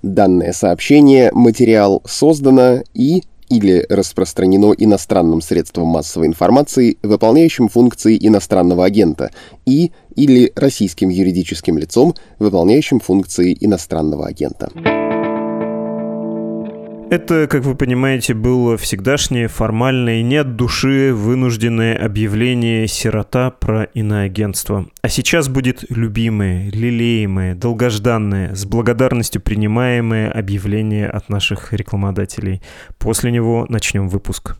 Данное сообщение, материал создано или распространено иностранным средством массовой информации, выполняющим функции иностранного агента, или российским юридическим лицом, выполняющим функции иностранного агента. Это, как вы понимаете, было всегдашнее, формальное и не от души вынужденное объявление «Сирота» про иноагентство. А сейчас будет любимое, лелеемое, долгожданное, с благодарностью принимаемое объявление от наших рекламодателей. После него начнем выпуск.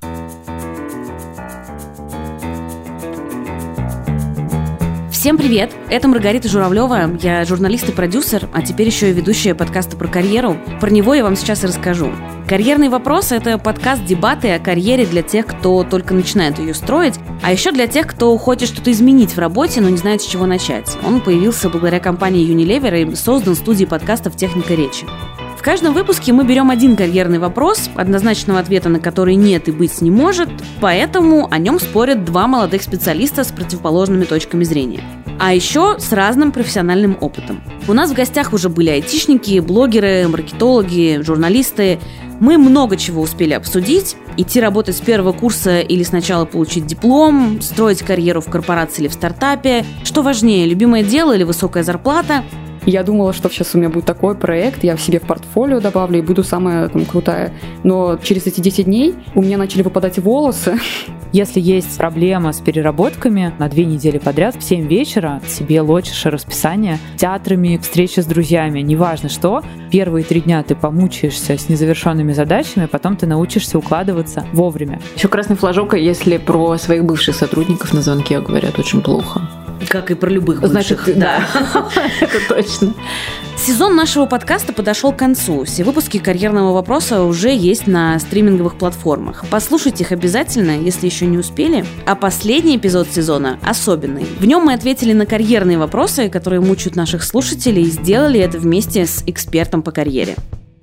Всем привет! Это Маргарита Журавлева, я журналист и продюсер, а теперь еще и ведущая подкаста про карьеру. Про него я вам сейчас и расскажу. «Карьерный вопрос» — это подкаст-дебаты о карьере для тех, кто только начинает ее строить, а еще для тех, кто хочет что-то изменить в работе, но не знает, с чего начать. Он появился благодаря компании Unilever и создан студией подкастов «Техника речи». В каждом выпуске мы берем один карьерный вопрос, однозначного ответа на который нет и быть не может, поэтому о нем спорят два молодых специалиста с противоположными точками зрения. А еще с разным профессиональным опытом. У нас в гостях уже были айтишники, блогеры, маркетологи, журналисты. Мы много чего успели обсудить. Идти работать с первого курса или сначала получить диплом, строить карьеру в корпорации или в стартапе. Что важнее, любимое дело или высокая зарплата? Я думала, что сейчас у меня будет такой проект, я в себе в портфолио добавлю и буду самая крутая. Но через эти 10 дней у меня начали выпадать волосы. Если есть проблема с переработками на 2 недели подряд, в 7 вечера себе лочишь расписание театрами, встречи с друзьями, неважно что. Первые 3 дня ты помучаешься с незавершенными задачами, потом ты научишься укладываться вовремя. Еще красный флажок, если про своих бывших сотрудников на звонке говорят очень плохо. Как и про любых бывших. Значит, да, это точно. Сезон нашего подкаста подошел к концу. Все выпуски «Карьерного вопроса» уже есть на стриминговых платформах. Послушайте их обязательно, если еще не успели. А последний эпизод сезона особенный. В нем мы ответили на карьерные вопросы, которые мучают наших слушателей, и сделали это вместе с экспертом по карьере.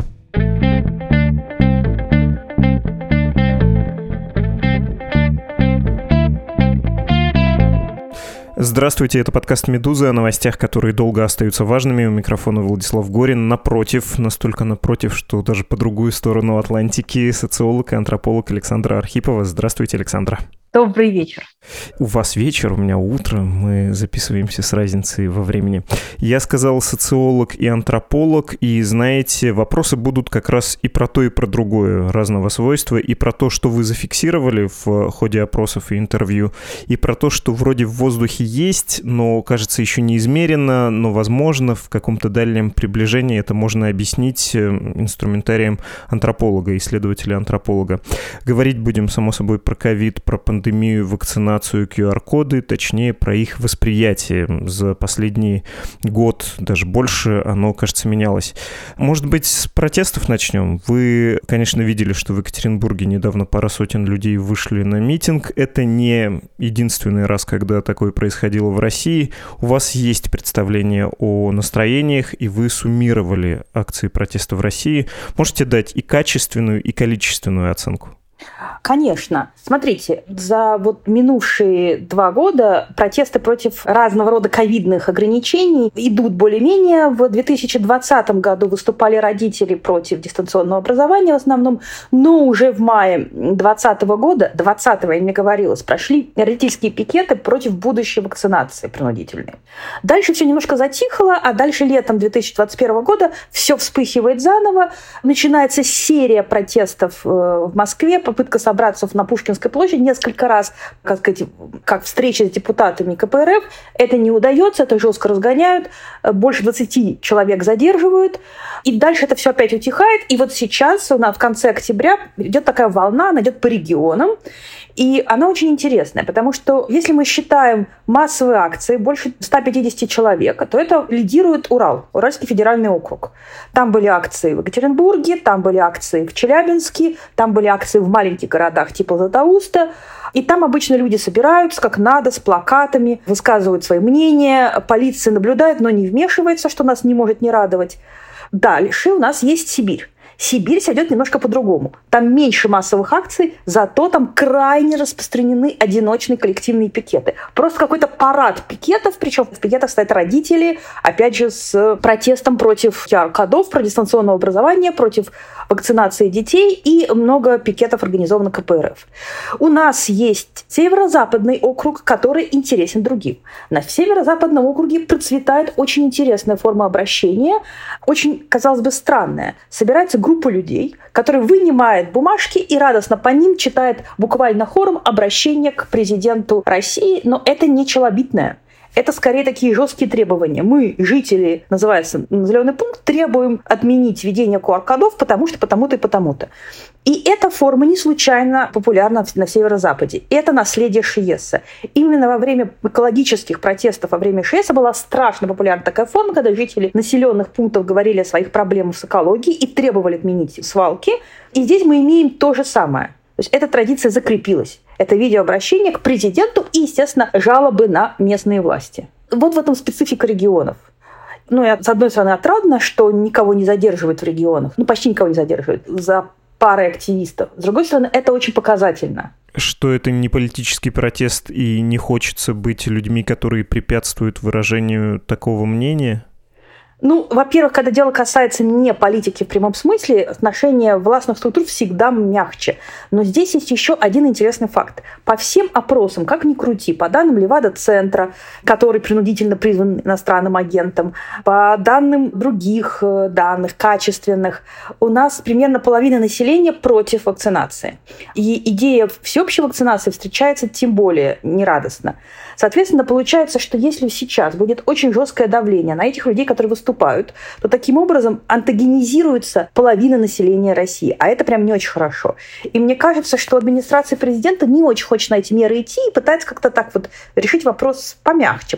Здравствуйте, это подкаст «Медуза» о новостях, которые долго остаются важными. У микрофона Владислав Горин. Напротив, настолько напротив, что даже по другую сторону Атлантики, социолог и антрополог Александра Архипова. Здравствуйте, Александра. Добрый вечер. У вас вечер, у меня утро, мы записываемся с разницей во времени. Я сказал социолог и антрополог, и, знаете, вопросы будут как раз и про то, и про другое разного свойства, и про то, что вы зафиксировали в ходе опросов и интервью, и про то, что вроде в воздухе есть, но, кажется, еще не измерено, но, возможно, в каком-то дальнем приближении это можно объяснить инструментарием антрополога, исследователя-антрополога. Говорить будем, само собой, про ковид, про пандемию, вакцинацию, QR-коды, точнее, про их восприятие. За последний год, даже больше, оно, кажется, менялось. Может быть, с протестов начнем? Вы, конечно, видели, что в Екатеринбурге недавно пара сотен людей вышли на митинг. Это не единственный раз, когда такое происходило в России. У вас есть представление о настроениях, и вы суммировали акции протеста в России. Можете дать и качественную, и количественную оценку? Конечно. Смотрите, за минувшие 2 года протесты против разного рода ковидных ограничений идут более-менее. В 2020 году выступали родители против дистанционного образования в основном, но уже в мае 2020 года, 2020 я не говорилось, прошли родительские пикеты против будущей вакцинации принудительной. Дальше все немножко затихло, а дальше летом 2021 года все вспыхивает заново. Начинается серия протестов в Москве, попытка собраться на Пушкинской площади несколько раз, как встреча с депутатами КПРФ. Это не удается, это жестко разгоняют. Больше 20 человек задерживают. И дальше это все опять утихает. И вот сейчас у нас в конце октября идет такая волна, она идет по регионам. И она очень интересная, потому что если мы считаем массовые акции больше 150 человек, то это лидирует Урал, Уральский федеральный округ. Там были акции в Екатеринбурге, там были акции в Челябинске, там были акции в маленьких городах типа Златоуста. И там обычно люди собираются как надо, с плакатами, высказывают свои мнения, полиция наблюдает, но не вмешивается, что нас не может не радовать. Дальше у нас есть Сибирь. Сибирь себя ведет немножко по-другому. Там меньше массовых акций, зато там крайне распространены одиночные коллективные пикеты. Просто какой-то парад пикетов, причем в пикетах стоят родители, опять же, с протестом против QR-кодов, про дистанционное образование, против вакцинации детей и много пикетов организовано КПРФ. У нас есть северо-западный округ, который интересен другим. На северо-западном округе процветает очень интересная форма обращения, очень, казалось бы, странная. Собирается группа людей, которые вынимают бумажки и радостно по ним читает буквально хором обращение к президенту России, но это не челобитное. Это скорее такие жесткие требования. Мы, жители, называется населенный пункт, требуем отменить введение QR-кодов, потому что, потому-то и потому-то. И эта форма не случайно популярна на Северо-Западе. Это наследие ШИЭСа. Именно во время экологических протестов, во время ШИЭСа была страшно популярна такая форма, когда жители населенных пунктов говорили о своих проблемах с экологией и требовали отменить свалки. И здесь мы имеем то же самое. То есть эта традиция закрепилась. Это видеообращение к президенту и, естественно, жалобы на местные власти. Вот в этом специфика регионов. С одной стороны, отрадно, что никого не задерживают в регионах. Почти никого не задерживают за парой активистов. С другой стороны, это очень показательно. Что это не политический протест и не хочется быть людьми, которые препятствуют выражению такого мнения? Во-первых, когда дело касается не политики в прямом смысле, отношение властных структур всегда мягче. Но здесь есть еще один интересный факт. По всем опросам, как ни крути, по данным Левада-центра, который принудительно призван иностранным агентом, по данным других данных, качественных, у нас примерно половина населения против вакцинации. И идея всеобщей вакцинации встречается тем более нерадостно. Соответственно, получается, что если сейчас будет очень жесткое давление на этих людей, которые выступают, то таким образом антагонизируется половина населения России. А это прям не очень хорошо. И мне кажется, что администрация президента не очень хочет на эти меры идти и пытается как-то так вот решить вопрос помягче.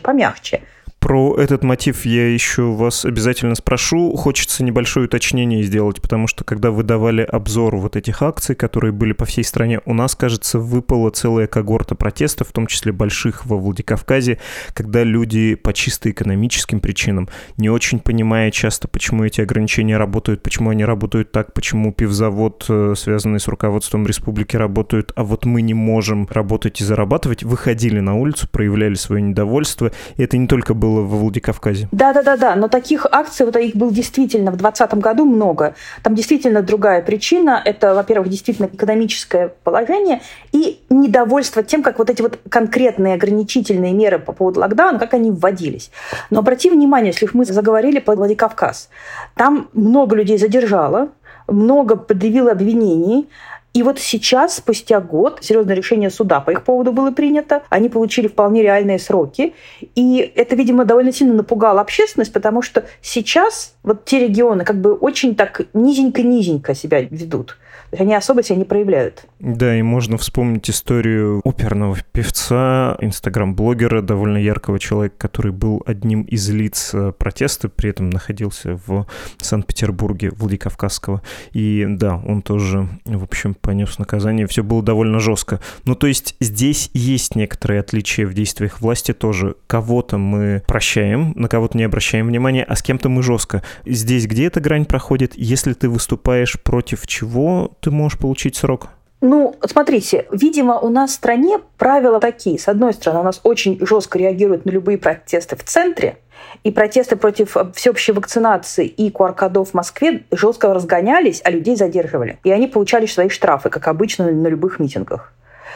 Про этот мотив я еще вас обязательно спрошу. Хочется небольшое уточнение сделать, потому что когда вы давали обзор вот этих акций, которые были по всей стране, у нас, кажется, выпала целая когорта протестов, в том числе больших во Владикавказе, когда люди по чисто экономическим причинам, не очень понимая часто, почему эти ограничения работают, почему они работают так, почему пивзавод, связанный с руководством республики, работают, а вот мы не можем работать и зарабатывать, выходили на улицу, проявляли свое недовольство. И это не только было во Владикавказе. Да, но таких акций, их было действительно в 2020 году много. Там действительно другая причина. Это, во-первых, действительно экономическое положение и недовольство тем, как вот эти вот конкретные ограничительные меры по поводу локдауна, как они вводились. Но обрати внимание, если мы заговорили про Владикавказ, там много людей задержало, много предъявило обвинений. И вот сейчас, спустя год, серьезное решение суда по их поводу было принято. Они получили вполне реальные сроки. И это, видимо, довольно сильно напугало общественность, потому что сейчас вот те регионы очень так низенько-низенько себя ведут. То есть они особо себя не проявляют. Да, и можно вспомнить историю оперного певца, инстаграм-блогера, довольно яркого человека, который был одним из лиц протеста, при этом находился в Санкт-Петербурге, Владикавказского. И да, он тоже, в общем, понес наказание. Все было довольно жестко. То есть здесь есть некоторые отличия в действиях власти тоже. Кого-то мы прощаем, на кого-то не обращаем внимания, а с кем-то мы жестко. Здесь где эта грань проходит? Если ты выступаешь против чего, ты можешь получить срок? Смотрите, видимо, у нас в стране правила такие. С одной стороны, у нас очень жестко реагируют на любые протесты в центре, и протесты против всеобщей вакцинации и QR-кодов в Москве жестко разгонялись, а людей задерживали. И они получали свои штрафы, как обычно на любых митингах.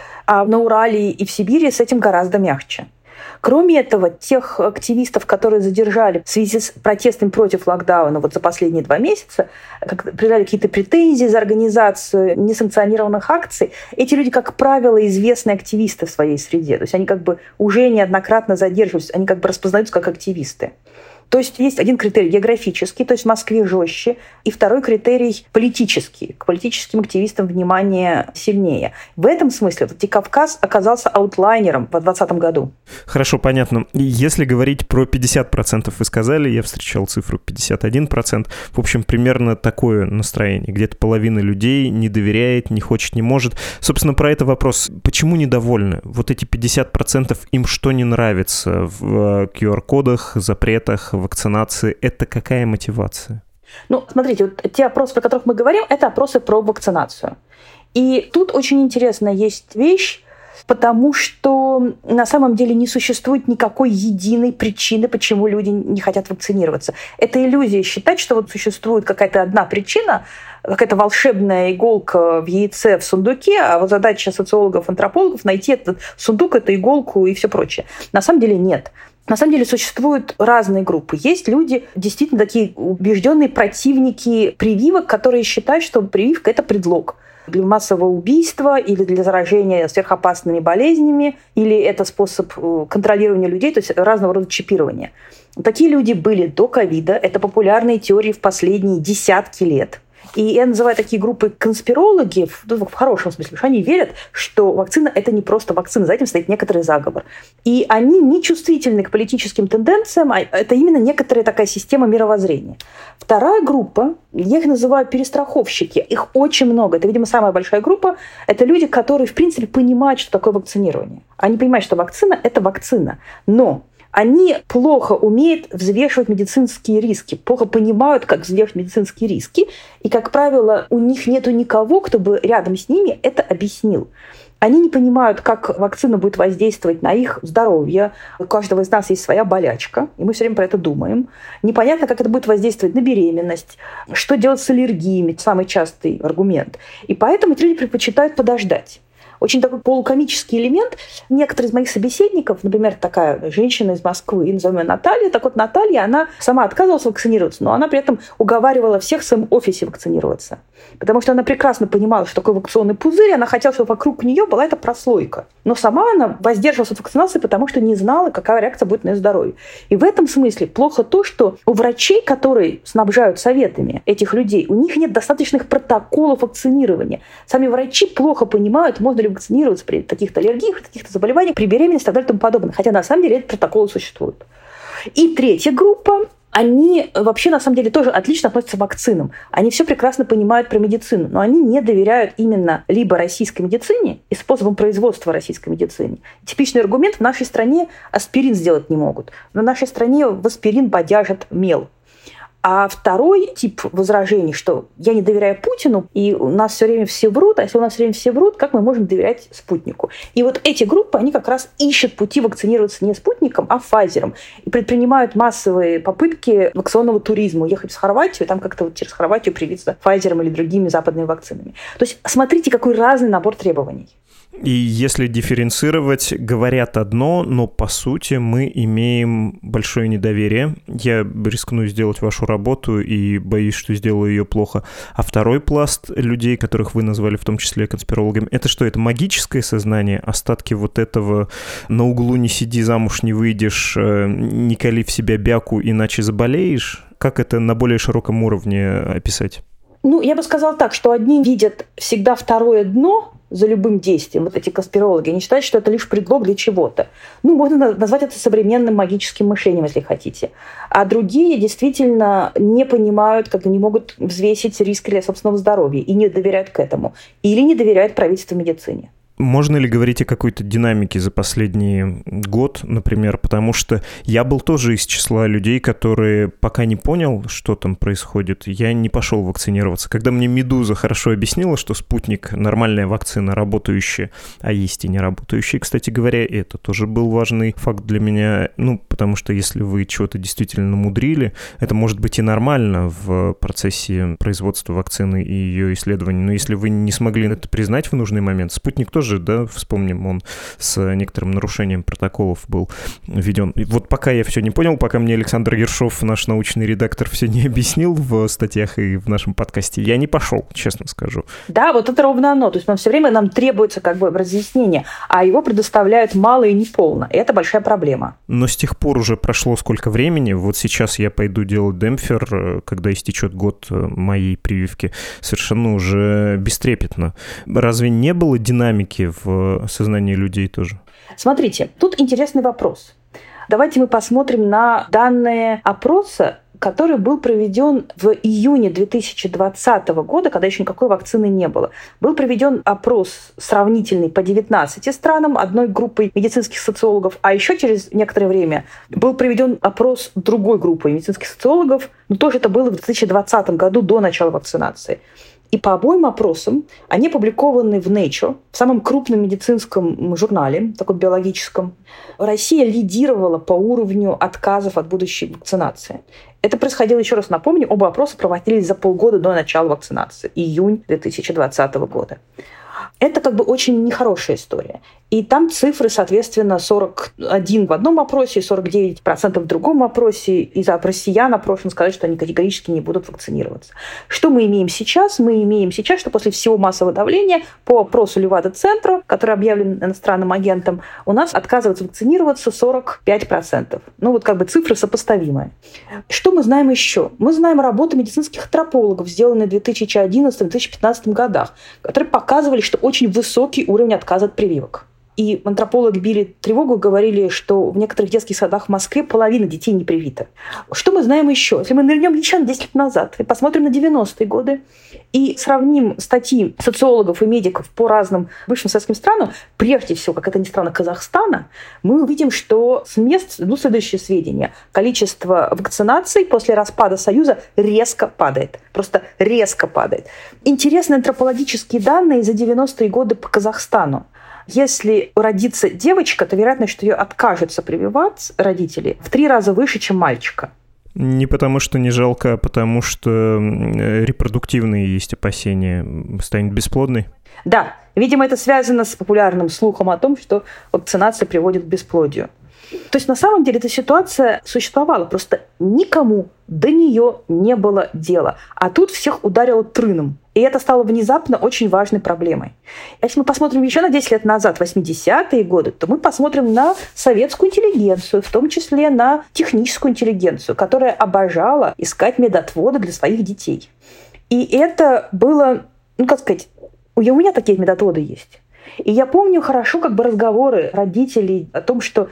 А на Урале и в Сибири с этим гораздо мягче. Кроме этого, тех активистов, которые задержали в связи с протестом против локдауна за последние 2 месяца, предъявляли какие-то претензии за организацию несанкционированных акций, эти люди, как правило, известные активисты в своей среде. То есть они уже неоднократно задерживаются, они распознаются как активисты. То есть есть один критерий географический, то есть в Москве жестче, и второй критерий политический. К политическим активистам внимание сильнее. В этом смысле Владикавказ оказался аутлайнером в 2020 году. Хорошо, понятно. Если говорить про 50%, вы сказали, я встречал цифру 51%. В общем, примерно такое настроение. Где-то половина людей не доверяет, не хочет, не может. Собственно, про это вопрос. Почему недовольны? Вот эти 50% им что не нравится в QR-кодах, запретах, вакцинации? Это какая мотивация? Ну, смотрите, вот те опросы, про которых мы говорим, это опросы про вакцинацию. И тут очень интересная есть вещь, потому что на самом деле не существует никакой единой причины, почему люди не хотят вакцинироваться. Это иллюзия считать, что вот существует какая-то одна причина, какая-то волшебная иголка в яйце в сундуке, а вот задача социологов, антропологов найти этот сундук, эту иголку и все прочее. На самом деле нет. На самом деле существуют разные группы. Есть люди, действительно такие убежденные противники прививок, которые считают, что прививка – это предлог для массового убийства или для заражения сверхопасными болезнями, или это способ контролирования людей, то есть разного рода чипирования. Такие люди были до ковида. Это популярные теории в последние десятки лет. И я называю такие группы конспирологи в хорошем смысле, потому что они верят, что вакцина – это не просто вакцина, за этим стоит некоторый заговор. И они не чувствительны к политическим тенденциям, а это именно некоторая такая система мировоззрения. Вторая группа, я их называю перестраховщики, их очень много. Это, видимо, самая большая группа. Это люди, которые, в принципе, понимают, что такое вакцинирование. Они понимают, что вакцина – это вакцина. Но они плохо умеют взвешивать медицинские риски, плохо понимают, как взвешивать медицинские риски. И, как правило, у них нет никого, кто бы рядом с ними это объяснил. Они не понимают, как вакцина будет воздействовать на их здоровье. У каждого из нас есть своя болячка, и мы все время про это думаем. Непонятно, как это будет воздействовать на беременность, что делать с аллергиями, самый частый аргумент. И поэтому эти люди предпочитают подождать. Очень такой полукомический элемент. Некоторые из моих собеседников, например, такая женщина из Москвы, назовем ее Наталья, так вот Наталья, она сама отказывалась вакцинироваться, но она при этом уговаривала всех в своем офисе вакцинироваться. Потому что она прекрасно понимала, что такое вакцinaционный пузырь, она хотела, чтобы вокруг нее была эта прослойка. Но сама она воздерживалась от вакцинации, потому что не знала, какая реакция будет на ее здоровье. И в этом смысле плохо то, что у врачей, которые снабжают советами этих людей, у них нет достаточных протоколов вакцинирования. Сами врачи плохо понимают, можно ли вакцинироваться при таких-то аллергиях, таких-то заболеваниях, при беременности и так далее и тому подобное. Хотя на самом деле эти протоколы существуют. И третья группа, они вообще на самом деле тоже отлично относятся к вакцинам. Они все прекрасно понимают про медицину, но они не доверяют именно либо российской медицине и способам производства российской медицины. Типичный аргумент: в нашей стране аспирин сделать не могут. В нашей стране в аспирин бодяжат мел. А второй тип возражений, что я не доверяю Путину, и у нас все время все врут, а если у нас все время все врут, как мы можем доверять спутнику? И вот эти группы, они как раз ищут пути вакцинироваться не спутником, а Pfizer'ом, и предпринимают массовые попытки вакцинного туризма, уехать в Хорватию, и там как-то вот через Хорватию привиться Pfizer'ом или другими западными вакцинами. То есть смотрите, какой разный набор требований. И если дифференцировать, говорят одно, но по сути мы имеем большое недоверие. Я рискну сделать вашу работу и боюсь, что сделаю ее плохо. А второй пласт людей, которых вы назвали в том числе конспирологами, это что? Это магическое сознание, остатки вот этого «на углу не сиди, замуж не выйдешь, не кали в себя бяку, иначе заболеешь»? Как это на более широком уровне описать? Ну, я бы сказала так, что одни видят всегда второе дно за любым действием, вот эти конспирологи, они считают, что это лишь предлог для чего-то. Ну, можно назвать это современным магическим мышлением, если хотите. А другие действительно не понимают, как не могут взвесить риск для собственного здоровья и не доверяют к этому. Или не доверяют правительству и медицине. Можно ли говорить о какой-то динамике за последний год, например, потому что я был тоже из числа людей, которые пока не понял, что там происходит, я не пошел вакцинироваться. Когда мне «Медуза» хорошо объяснила, что «Спутник» — нормальная вакцина, работающая, а есть и не работающая, кстати говоря, это тоже был важный факт для меня, потому что если вы чего-то действительно намудрили, это может быть и нормально в процессе производства вакцины и ее исследований, но если вы не смогли это признать в нужный момент, «Спутник» тоже, да, вспомним, он с некоторым нарушением протоколов был введен. И вот пока я все не понял, пока мне Александр Ершов, наш научный редактор, все не объяснил в статьях и в нашем подкасте, я не пошел, честно скажу. Да, вот это ровно оно. То есть все время нам требуется как бы разъяснение, а его предоставляют мало и неполно. И это большая проблема. Но с тех пор уже прошло сколько времени. Вот сейчас я пойду делать демпфер, когда истечет год моей прививки, совершенно уже бестрепетно. Разве не было динамики в сознании людей тоже? Смотрите, тут интересный вопрос. Давайте мы посмотрим на данные опроса который был проведен в июне 2020 года, когда еще никакой вакцины не было. Был проведен опрос сравнительный по 19 странам одной группой медицинских социологов, а еще через некоторое время был проведен опрос другой группой медицинских социологов, но тоже это было в 2020 году, до начала вакцинации. И по обоим опросам они опубликованы в Nature, в самом крупном медицинском журнале, таком биологическом. Россия лидировала по уровню отказов от будущей вакцинации. Это происходило, еще раз напомню, оба опроса проводились за полгода до начала вакцинации, июнь 2020 года. Это как бы очень нехорошая история. И там цифры, соответственно, 41 в одном опросе, 49% в другом опросе. И за россиян опрошено сказать, что они категорически не будут вакцинироваться. Что мы имеем сейчас? Мы имеем сейчас, что после всего массового давления по опросу Левада-центра, который объявлен иностранным агентом, у нас отказываются вакцинироваться 45%. Ну вот как бы цифры сопоставимые. Что мы знаем еще? Мы знаем работы медицинских антропологов, сделанные в 2011-2015 годах, которые показывали, что очень высокий уровень отказа от прививок. И антропологи били тревогу и говорили, что в некоторых детских садах в Москве половина детей не привита. Что мы знаем еще? Если мы нырнем еще на 10 лет назад и посмотрим на 90-е годы и сравним статьи социологов и медиков по разным бывшим советским странам, прежде всего, как это ни странно, Казахстана, мы увидим, что с мест идут следующие сведения. Количество вакцинаций после распада Союза резко падает. Просто резко падает. Интересные антропологические данные за 90-е годы по Казахстану. Если родится девочка, то вероятность, что ее откажутся прививать родители, в 3 раза выше, чем мальчика. Не потому что не жалко, а потому что репродуктивные есть опасения. Станет бесплодной? Да. Видимо, это связано с популярным слухом о том, что вакцинация приводит к бесплодию. То есть на самом деле эта ситуация существовала, просто никому до нее не было дела. А тут всех ударило трыном. И это стало внезапно очень важной проблемой. Если мы посмотрим еще на 10 лет назад, 80-е годы, то мы посмотрим на советскую интеллигенцию, в том числе на техническую интеллигенцию, которая обожала искать медотводы для своих детей. И это было, как сказать, у меня такие медотводы есть. И я помню хорошо разговоры родителей о том, что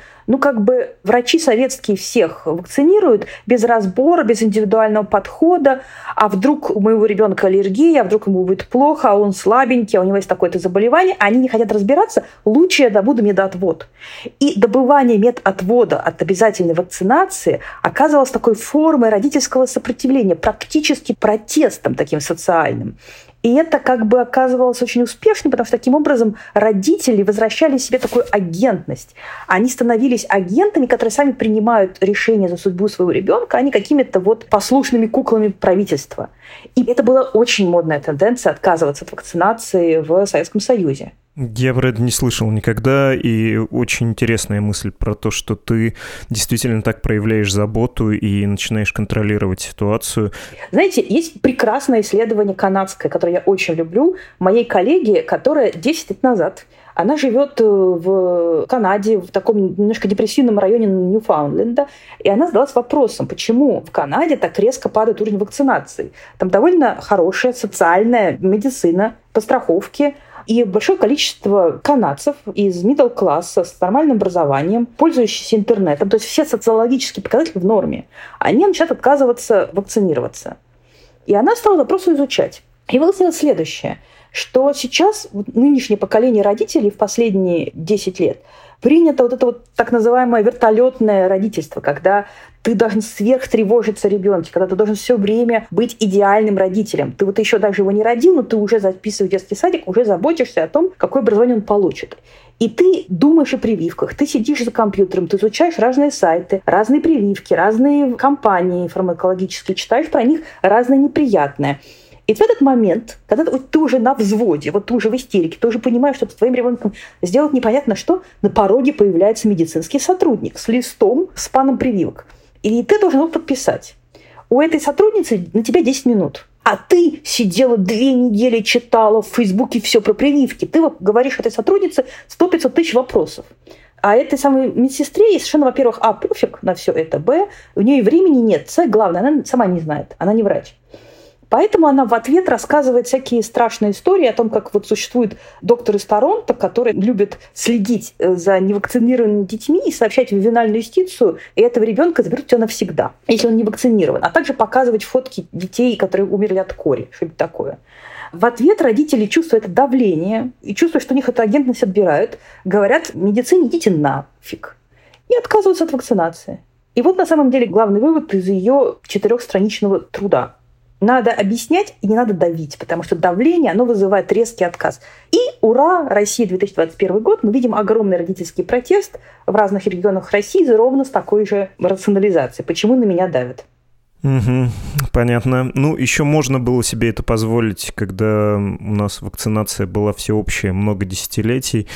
врачи советские всех вакцинируют без разбора, без индивидуального подхода, а вдруг у моего ребенка аллергия, а вдруг ему будет плохо, а он слабенький, а у него есть такое-то заболевание, они не хотят разбираться, лучше я добуду медотвод. И добывание медотвода от обязательной вакцинации оказывалось такой формой родительского сопротивления, практически протестом таким социальным. И это оказывалось очень успешным, потому что таким образом родители возвращали себе такую агентность. Они становились агентами, которые сами принимают решения за судьбу своего ребенка, а не какими-то послушными куклами правительства. И это была очень модная тенденция отказываться от вакцинации в Советском Союзе. Я про это не слышал никогда, и очень интересная мысль про то, что ты действительно так проявляешь заботу и начинаешь контролировать ситуацию. Знаете, есть прекрасное исследование канадское, которое я очень люблю, моей коллеги, которая 10 лет назад, она живет в Канаде, в таком немножко депрессивном районе Ньюфаундленда, и она задалась вопросом, почему в Канаде так резко падает уровень вакцинации. Там довольно хорошая социальная медицина по страховке, и большое количество канадцев из middle-класса с нормальным образованием, пользующихся интернетом, то есть все социологические показатели в норме, они начинают отказываться вакцинироваться. И она стала вопрос изучать. И выяснилось следующее, что сейчас нынешнее поколение родителей в последние 10 лет принято это так называемое вертолетное родительство, когда ты должен сверхтревожиться о ребенке, когда ты должен все время быть идеальным родителем. Ты еще даже его не родил, но ты уже записываешь в детский садик, уже заботишься о том, какое образование он получит. И ты думаешь о прививках, ты сидишь за компьютером, ты изучаешь разные сайты, разные прививки, разные компании фармакологические, читаешь про них разное неприятное. И в этот момент, когда ты уже на взводе, ты уже в истерике, ты уже понимаешь, что с твоим ребенком сделать непонятно что, на пороге появляется медицинский сотрудник с листом, с планом прививок. И ты должен его подписать. У этой сотрудницы на тебя 10 минут. А ты сидела 2 недели, читала в Фейсбуке все про прививки. Ты говоришь этой сотруднице 100-500 тысяч вопросов. А этой самой медсестре ей совершенно, во-первых, пофиг на все это, у нее и времени нет, главное, она сама не знает, она не врач. Поэтому она в ответ рассказывает всякие страшные истории о том, как вот существует доктор из Торонто, который любит следить за невакцинированными детьми и сообщать в ювенальную юстицию, и этого ребенка заберут у тебя навсегда, если он не вакцинирован. А также показывать фотки детей, которые умерли от кори, что-нибудь такое. В ответ родители, чувствуя это давление и чувствуя, что у них эту агентность отбирают, говорят медицине: идите нафиг. И отказываются от вакцинации. И вот на самом деле главный вывод из ее 4-страничного труда. Надо объяснять и не надо давить, потому что давление, оно вызывает резкий отказ. И ура, Россия, 2021 год, мы видим огромный родительский протест в разных регионах России ровно с такой же рационализацией. Почему на меня давят? Угу, понятно. Ну, еще можно было себе это позволить, когда у нас вакцинация была всеобщая много десятилетий,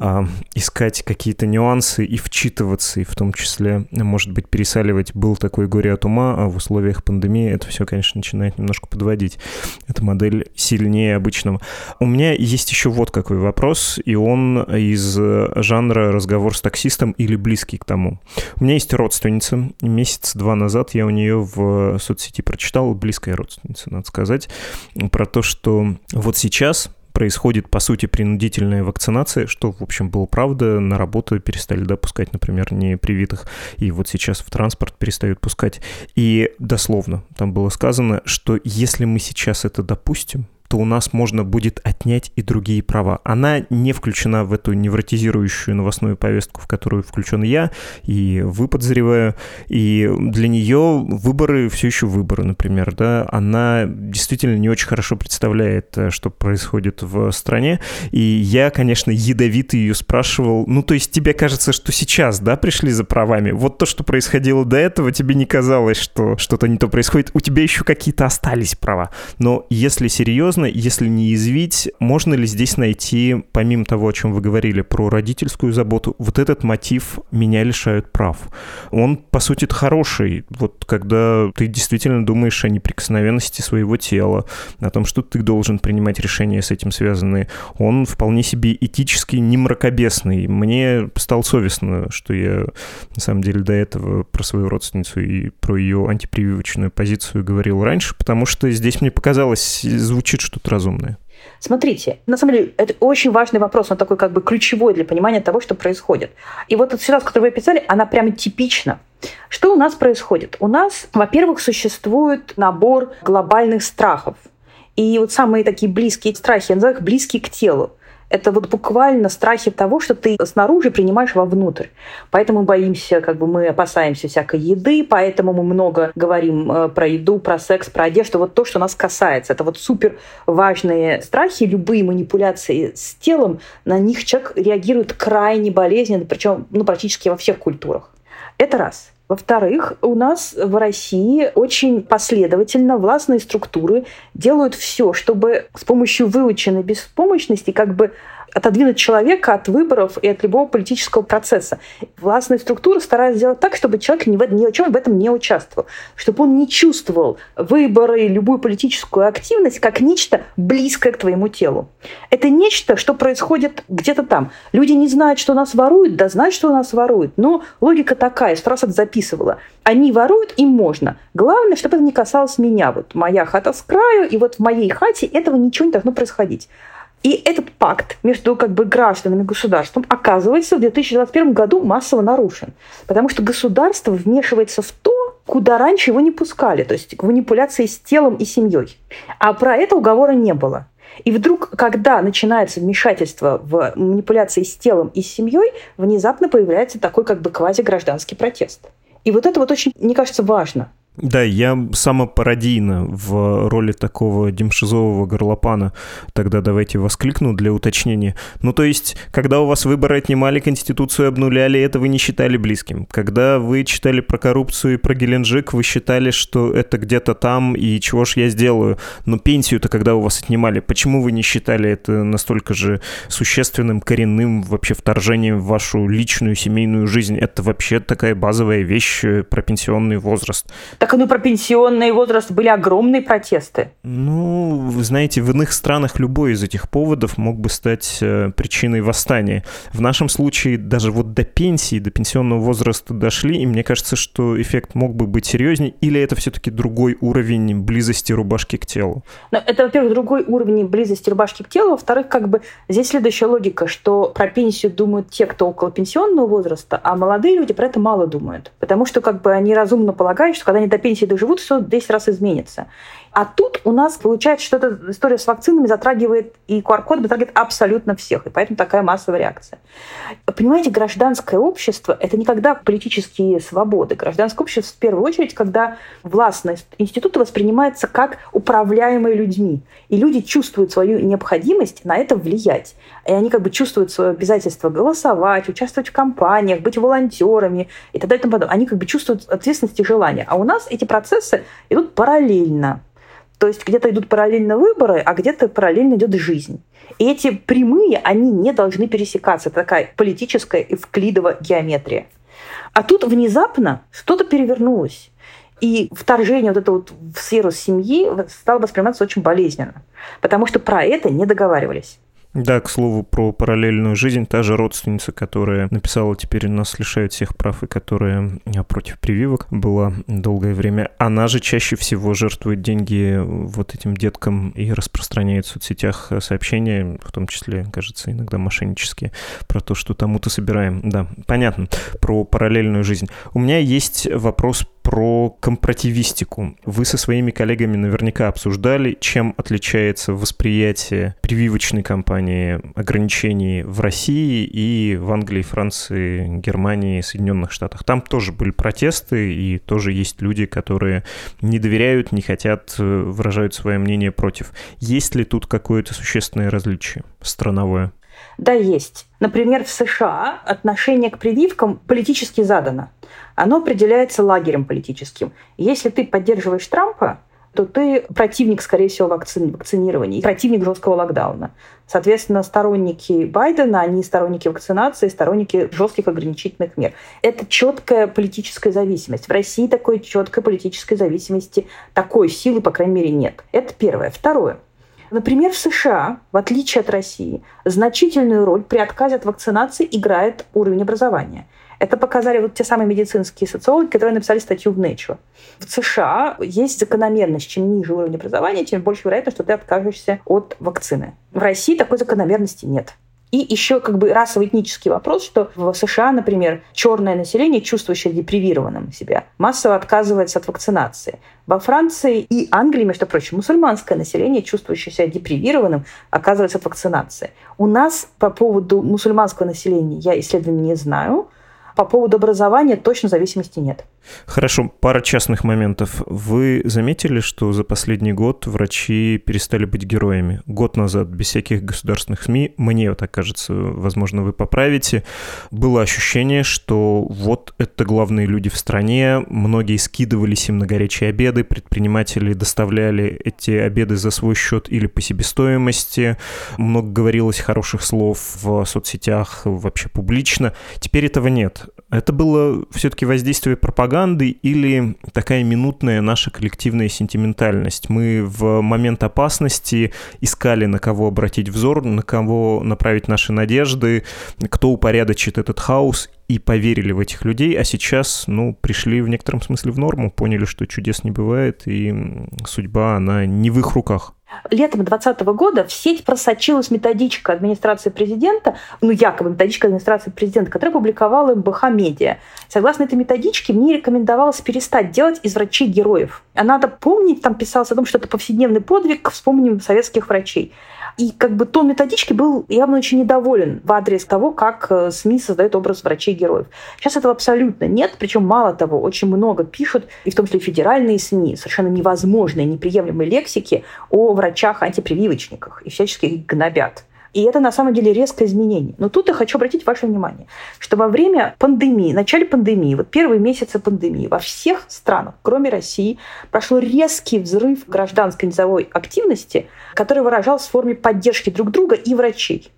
искать какие-то нюансы и вчитываться, и в том числе, может быть, пересаливать. Был такой горе от ума, а в условиях пандемии это все, конечно, начинает немножко подводить. Эта модель сильнее обычного. У меня есть еще вот какой вопрос, и он из жанра «разговор с таксистом» или близкий к тому. У меня есть родственница. Месяц-два назад я у нее в соцсети прочитал, близкая родственница, надо сказать, про то, что вот сейчас происходит, по сути, принудительная вакцинация, что, в общем, было правда. На работу перестали допускать, например, непривитых, и вот сейчас в транспорт перестают пускать. И дословно там было сказано, что если мы сейчас это допустим, то у нас можно будет отнять и другие права. Она не включена в эту невротизирующую новостную повестку, в которую включен я, и вы, подозреваю, и для нее выборы все еще выборы, например, да, она действительно не очень хорошо представляет, что происходит в стране, и я, конечно, ядовито ее спрашивал, ну, то есть тебе кажется, что сейчас, да, пришли за правами? Вот то, что происходило до этого, тебе не казалось, что что-то не то происходит? У тебя еще какие-то остались права. Но если серьезно, если не язвить, можно ли здесь найти, помимо того, о чем вы говорили, про родительскую заботу, вот этот мотив «меня лишают прав»? Он, по сути, хороший. Вот когда ты действительно думаешь о неприкосновенности своего тела, о том, что ты должен принимать решения с этим связанные, он вполне себе этически не мракобесный. Мне стало совестно, что я, на самом деле, до этого про свою родственницу и про ее антипрививочную позицию говорил раньше, потому что здесь мне показалось, звучит что-то разумное. Смотрите, на самом деле, это очень важный вопрос, он такой как бы ключевой для понимания того, что происходит. И вот эта ситуация, которую вы описали, она прямо типична. Что у нас происходит? У нас, во-первых, существует набор глобальных страхов. И вот самые такие близкие страхи, я называю их близкие к телу. Это вот буквально страхи того, что ты снаружи принимаешь вовнутрь. Поэтому боимся, мы опасаемся всякой еды, поэтому мы много говорим про еду, про секс, про одежду. Вот то, что нас касается. Это вот супер важные страхи. Любые манипуляции с телом, на них человек реагирует крайне болезненно, причем практически во всех культурах. Это раз. Во-вторых, у нас в России очень последовательно властные структуры делают все, чтобы с помощью выученной беспомощности отодвинуть человека от выборов и от любого политического процесса. Властные структуры стараются сделать так, чтобы человек ни в чем в этом не участвовал, чтобы он не чувствовал выборы, любую политическую активность как нечто близкое к твоему телу. Это нечто, что происходит где-то там. Люди не знают, что нас воруют, да знают, что нас воруют. Но логика такая, 100 раз это записывала. Они воруют, им можно. Главное, чтобы это не касалось меня. Вот моя хата с краю, и вот в моей хате этого ничего не должно происходить. И этот пакт между гражданами и государством, оказывается, в 2021 году массово нарушен. Потому что государство вмешивается в то, куда раньше его не пускали, то есть в манипуляции с телом и семьей. А про это уговора не было. И вдруг, когда начинается вмешательство в манипуляции с телом и с семьей, внезапно появляется такой квазигражданский протест. И вот это очень, мне кажется, важно. Да, я самопародийно в роли такого демшизового горлопана тогда давайте воскликну для уточнения. Ну, то есть, когда у вас выборы отнимали, Конституцию обнуляли, это вы не считали близким. Когда вы читали про коррупцию и про Геленджик, вы считали, что это где-то там, и чего ж я сделаю. Но пенсию-то когда у вас отнимали, почему вы не считали это настолько же существенным, коренным вообще вторжением в вашу личную семейную жизнь? Это вообще такая базовая вещь про пенсионный возраст. Так, про пенсионный возраст были огромные протесты. Вы знаете, в иных странах любой из этих поводов мог бы стать причиной восстания. В нашем случае даже до пенсии, до пенсионного возраста дошли, и мне кажется, что эффект мог бы быть серьезнее, или это все-таки другой уровень близости рубашки к телу? Это, во-первых, другой уровень близости рубашки к телу, во-вторых, здесь следующая логика, что про пенсию думают те, кто около пенсионного возраста, а молодые люди про это мало думают, потому что они разумно полагают, что когда они до пенсии доживут, все 10 раз изменится. А тут у нас получается, что эта история с вакцинами затрагивает, и QR-код затрагивает абсолютно всех, и поэтому такая массовая реакция. Понимаете, гражданское общество – это никогда политические свободы. Гражданское общество в первую очередь, когда властные институты воспринимаются как управляемые людьми, и люди чувствуют свою необходимость на это влиять. И они чувствуют свое обязательство голосовать, участвовать в кампаниях, быть волонтерами и так далее. И тому подобное. Они чувствуют ответственность и желание. А у нас эти процессы идут параллельно. То есть где-то идут параллельно выборы, а где-то параллельно идет жизнь. И эти прямые, они не должны пересекаться. Это такая политическая эвклидова геометрия. А тут внезапно что-то перевернулось. И вторжение в сферу семьи стало восприниматься очень болезненно. Потому что про это не договаривались. Да, к слову, про параллельную жизнь. Та же родственница, которая написала «Теперь нас лишают всех прав», и которая против прививок была долгое время, она же чаще всего жертвует деньги этим деткам и распространяет в соцсетях сообщения, в том числе, кажется, иногда мошеннические, про то, что тому-то собираем. Да, понятно, про параллельную жизнь. У меня есть вопрос про компротивистику. Вы со своими коллегами наверняка обсуждали, чем отличается восприятие прививочной кампании, ограничений в России и в Англии, Франции, Германии, Соединенных Штатах. Там тоже были протесты, и тоже есть люди, которые не доверяют, не хотят, выражают свое мнение против. Есть ли тут какое-то существенное различие страновое? Да, есть. Например, в США отношение к прививкам политически задано. Оно определяется лагерем политическим. Если ты поддерживаешь Трампа, то ты противник, скорее всего, вакцинирования, противник жесткого локдауна. Соответственно, сторонники Байдена, они сторонники вакцинации, сторонники жестких ограничительных мер. Это четкая политическая зависимость. В России такой четкой политической зависимости, такой силы, по крайней мере, нет. Это первое. Второе. Например, в США, в отличие от России, значительную роль при отказе от вакцинации играет уровень образования. Это показали те самые медицинские социологи, которые написали статью в Nature. В США есть закономерность. Чем ниже уровень образования, тем больше вероятность, что ты откажешься от вакцины. В России такой закономерности нет. И еще расово-этнический вопрос, что в США, например, черное население, чувствующее депривированным себя, массово отказывается от вакцинации. Во Франции и Англии, между прочим, мусульманское население, чувствующее себя депривированным, отказывается от вакцинации. У нас по поводу мусульманского населения я исследований не знаю. По поводу образования точно зависимости нет. Хорошо, пара частных моментов. Вы заметили, что за последний год врачи перестали быть героями? Год назад, без всяких государственных СМИ, мне так кажется, возможно, вы поправите, было ощущение, что это главные люди в стране, многие скидывались им на горячие обеды, предприниматели доставляли эти обеды за свой счет или по себестоимости, много говорилось хороших слов в соцсетях, вообще публично. Теперь этого нет. Это было все-таки воздействие пропаганды или такая минутная наша коллективная сентиментальность? Мы в момент опасности искали, на кого обратить взор, на кого направить наши надежды, кто упорядочит этот хаос, и поверили в этих людей, а сейчас, пришли в некотором смысле в норму, поняли, что чудес не бывает, и судьба, она не в их руках. Летом 2020 года в сеть просочилась методичка администрации президента, якобы методичка администрации президента, которая публиковала МБХ Медиа. Согласно этой методичке, мне рекомендовалось перестать делать из врачей героев. А надо помнить, там писалось о том, что это повседневный подвиг, вспомним советских врачей. И тон методички был явно очень недоволен в адрес того, как СМИ создают образ врачей-героев. Сейчас этого абсолютно нет, причем мало того, очень много пишут, и в том числе федеральные СМИ, совершенно невозможной, неприемлемой лексики о врачах-антипрививочниках и всячески их гнобят. И это на самом деле резкое изменение. Но тут я хочу обратить ваше внимание, что во время пандемии, в начале пандемии, первые месяцы пандемии во всех странах, кроме России, прошел резкий взрыв гражданской низовой активности, который выражался в форме поддержки друг друга и врачей.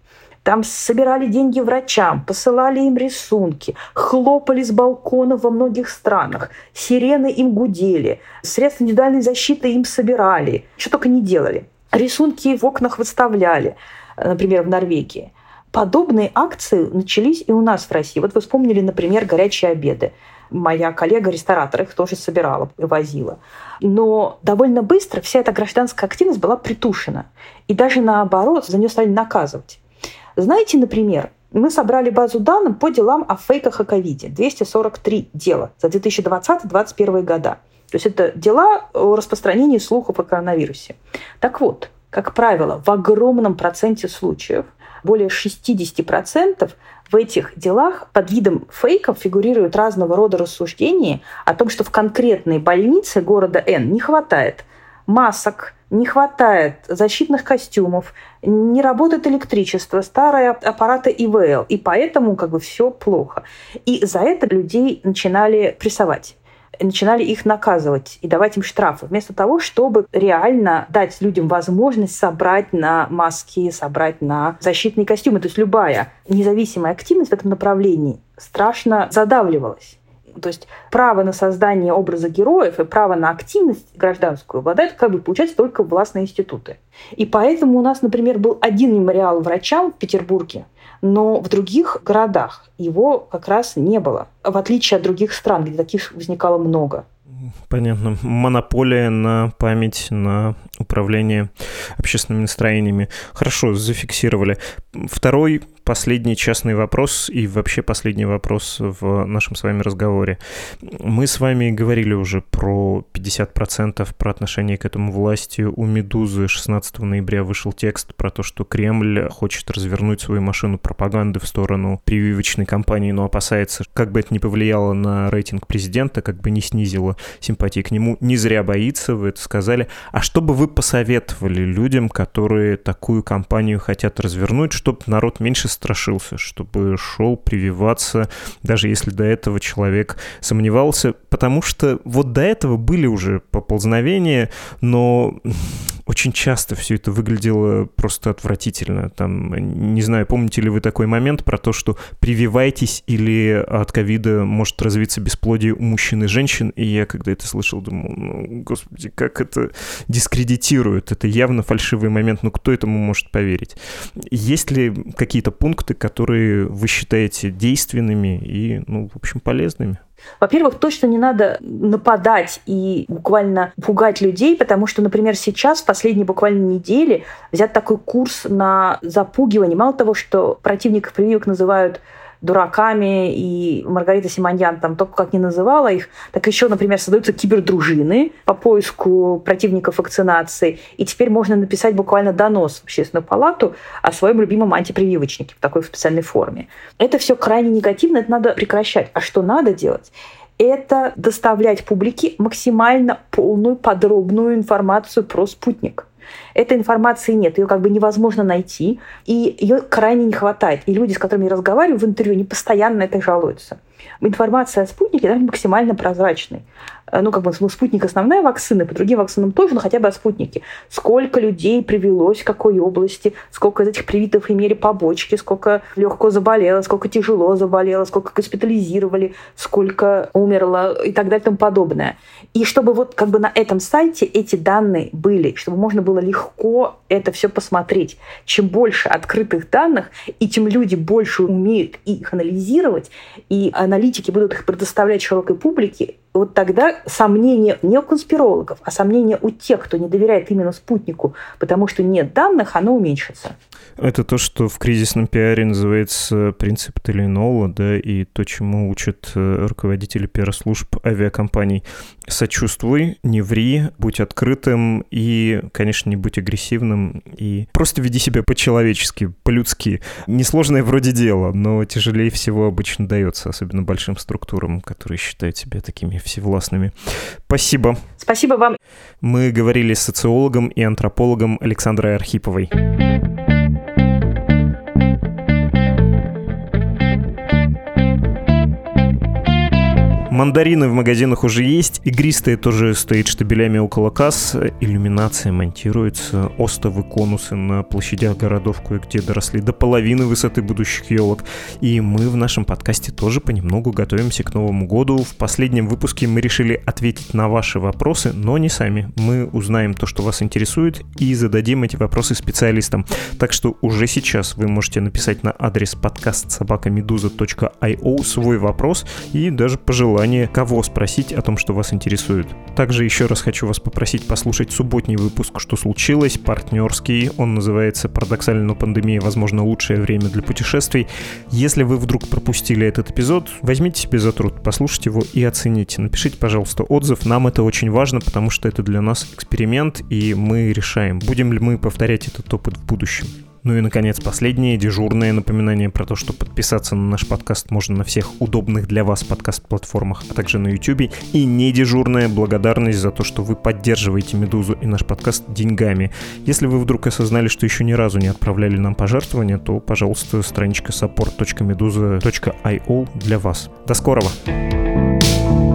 Там собирали деньги врачам, посылали им рисунки, хлопали с балконов во многих странах, сирены им гудели, средства индивидуальной защиты им собирали, что только не делали. Рисунки в окнах выставляли, например, в Норвегии. Подобные акции начались и у нас в России. Вот вы вспомнили, например, горячие обеды. Моя коллега-ресторатор их тоже собирала и возила. Но довольно быстро вся эта гражданская активность была притушена. И даже наоборот, за нее стали наказывать. Знаете, например, мы собрали базу данных по делам о фейках о ковиде. 243 дела за 2020-2021 года. То есть это дела о распространении слухов о коронавирусе. Так вот, как правило, в огромном проценте случаев, более 60%, в этих делах под видом фейков фигурируют разного рода рассуждения о том, что в конкретной больнице города Н не хватает масок, не хватает защитных костюмов, не работает электричество, старые аппараты ИВЛ, и поэтому все плохо. И за это людей начинали прессовать. Начинали их наказывать и давать им штрафы, вместо того, чтобы реально дать людям возможность собрать на маски, собрать на защитные костюмы. То есть любая независимая активность в этом направлении страшно задавливалась. То есть право на создание образа героев и право на активность гражданскую обладают, получается, только властные институты. И поэтому у нас, например, был один мемориал врачам в Петербурге, но в других городах его как раз не было, в отличие от других стран, где таких возникало много. Понятно. Монополия на память, на управление общественными настроениями. Хорошо, зафиксировали. Второй, последний частный вопрос и вообще последний вопрос в нашем с вами разговоре. Мы с вами говорили уже про 50%, про отношение к этому власти. У «Медузы» 16 ноября вышел текст про то, что Кремль хочет развернуть свою машину пропаганды в сторону прививочной кампании, но опасается, как бы это ни повлияло на рейтинг президента, как бы не снизило симпатии к нему. Не зря боится, вы это сказали. А что бы вы посоветовали людям, которые такую кампанию хотят развернуть, чтобы народ меньше страшился, чтобы шел прививаться, даже если до этого человек сомневался? Потому что вот до этого были уже поползновения, но очень часто все это выглядело просто отвратительно. Там, не знаю, помните ли вы такой момент про то, что прививайтесь или от ковида может развиться бесплодие у мужчин и женщин, и я, когда это слышал, думал, господи, как это дискредитирует, это явно фальшивый момент, кто этому может поверить? Есть ли какие-то пункты, которые вы считаете действенными и, в общем, полезными? Во-первых, точно не надо нападать и буквально пугать людей, потому что, например, сейчас, в последние буквально недели, взят такой курс на запугивание. Мало того, что противников прививок называют дураками, и Маргарита Симоньян там только как не называла их, так еще, например, создаются кибердружины по поиску противников вакцинации, и теперь можно написать буквально донос в Общественную палату о своем любимом антипрививочнике в такой специальной форме. Это все крайне негативно, это надо прекращать. А что надо делать? Это доставлять публике максимально полную, подробную информацию про спутник. Этой информации нет, ее невозможно найти, и ее крайне не хватает. И люди, с которыми я разговариваю в интервью, они постоянно на это жалуются. Информация о спутнике должна быть максимально прозрачной. Спутник основная вакцина, по другим вакцинам тоже, но хотя бы о спутнике. Сколько людей привилось, в какой области, сколько из этих привитых имели побочки, сколько легко заболело, сколько тяжело заболело, сколько госпитализировали, сколько умерло и так далее и тому подобное. И чтобы на этом сайте эти данные были, чтобы можно было легко это все посмотреть. Чем больше открытых данных, и тем люди больше умеют их анализировать, и аналитики будут их предоставлять широкой публике, вот тогда сомнения не у конспирологов, а сомнения у тех, кто не доверяет именно спутнику, потому что нет данных, оно уменьшится. Это то, что в кризисном пиаре называется принцип Тельенола, да, и то, чему учат руководители пиар-служб авиакомпаний. Сочувствуй, не ври, будь открытым и, конечно, не будь агрессивным, и просто веди себя по-человечески, по-людски. Несложное вроде дело, но тяжелее всего обычно дается, особенно большим структурам, которые считают себя такими всевластными. Спасибо. Спасибо вам. Мы говорили с социологом и антропологом Александрой Архиповой. Мандарины в магазинах уже есть, игристые тоже стоит штабелями около касс, иллюминация монтируется, остовы, конусы на площадях городов кое-где доросли до половины высоты будущих елок. И мы в нашем подкасте тоже понемногу готовимся к Новому году. В последнем выпуске мы решили ответить на ваши вопросы, но не сами. Мы узнаем то, что вас интересует, и зададим эти вопросы специалистам. Так что уже сейчас вы можете написать на адрес podcast@meduza.io свой вопрос и даже пожелание, кого спросить о том, что вас интересует. Также еще раз хочу вас попросить послушать субботний выпуск «Что случилось?», партнерский. Он называется «Парадоксально, но пандемия, возможно, лучшее время для путешествий». Если вы вдруг пропустили этот эпизод, возьмите себе за труд, послушайте его и оцените. Напишите, пожалуйста, отзыв. Нам это очень важно, потому что это для нас эксперимент, и мы решаем, будем ли мы повторять этот опыт в будущем. Ну и, наконец, последнее дежурное напоминание про то, что подписаться на наш подкаст можно на всех удобных для вас подкаст-платформах, а также на YouTube. И не дежурная благодарность за то, что вы поддерживаете «Медузу» и наш подкаст деньгами. Если вы вдруг осознали, что еще ни разу не отправляли нам пожертвования, то, пожалуйста, страничка support.meduza.io для вас. До скорого!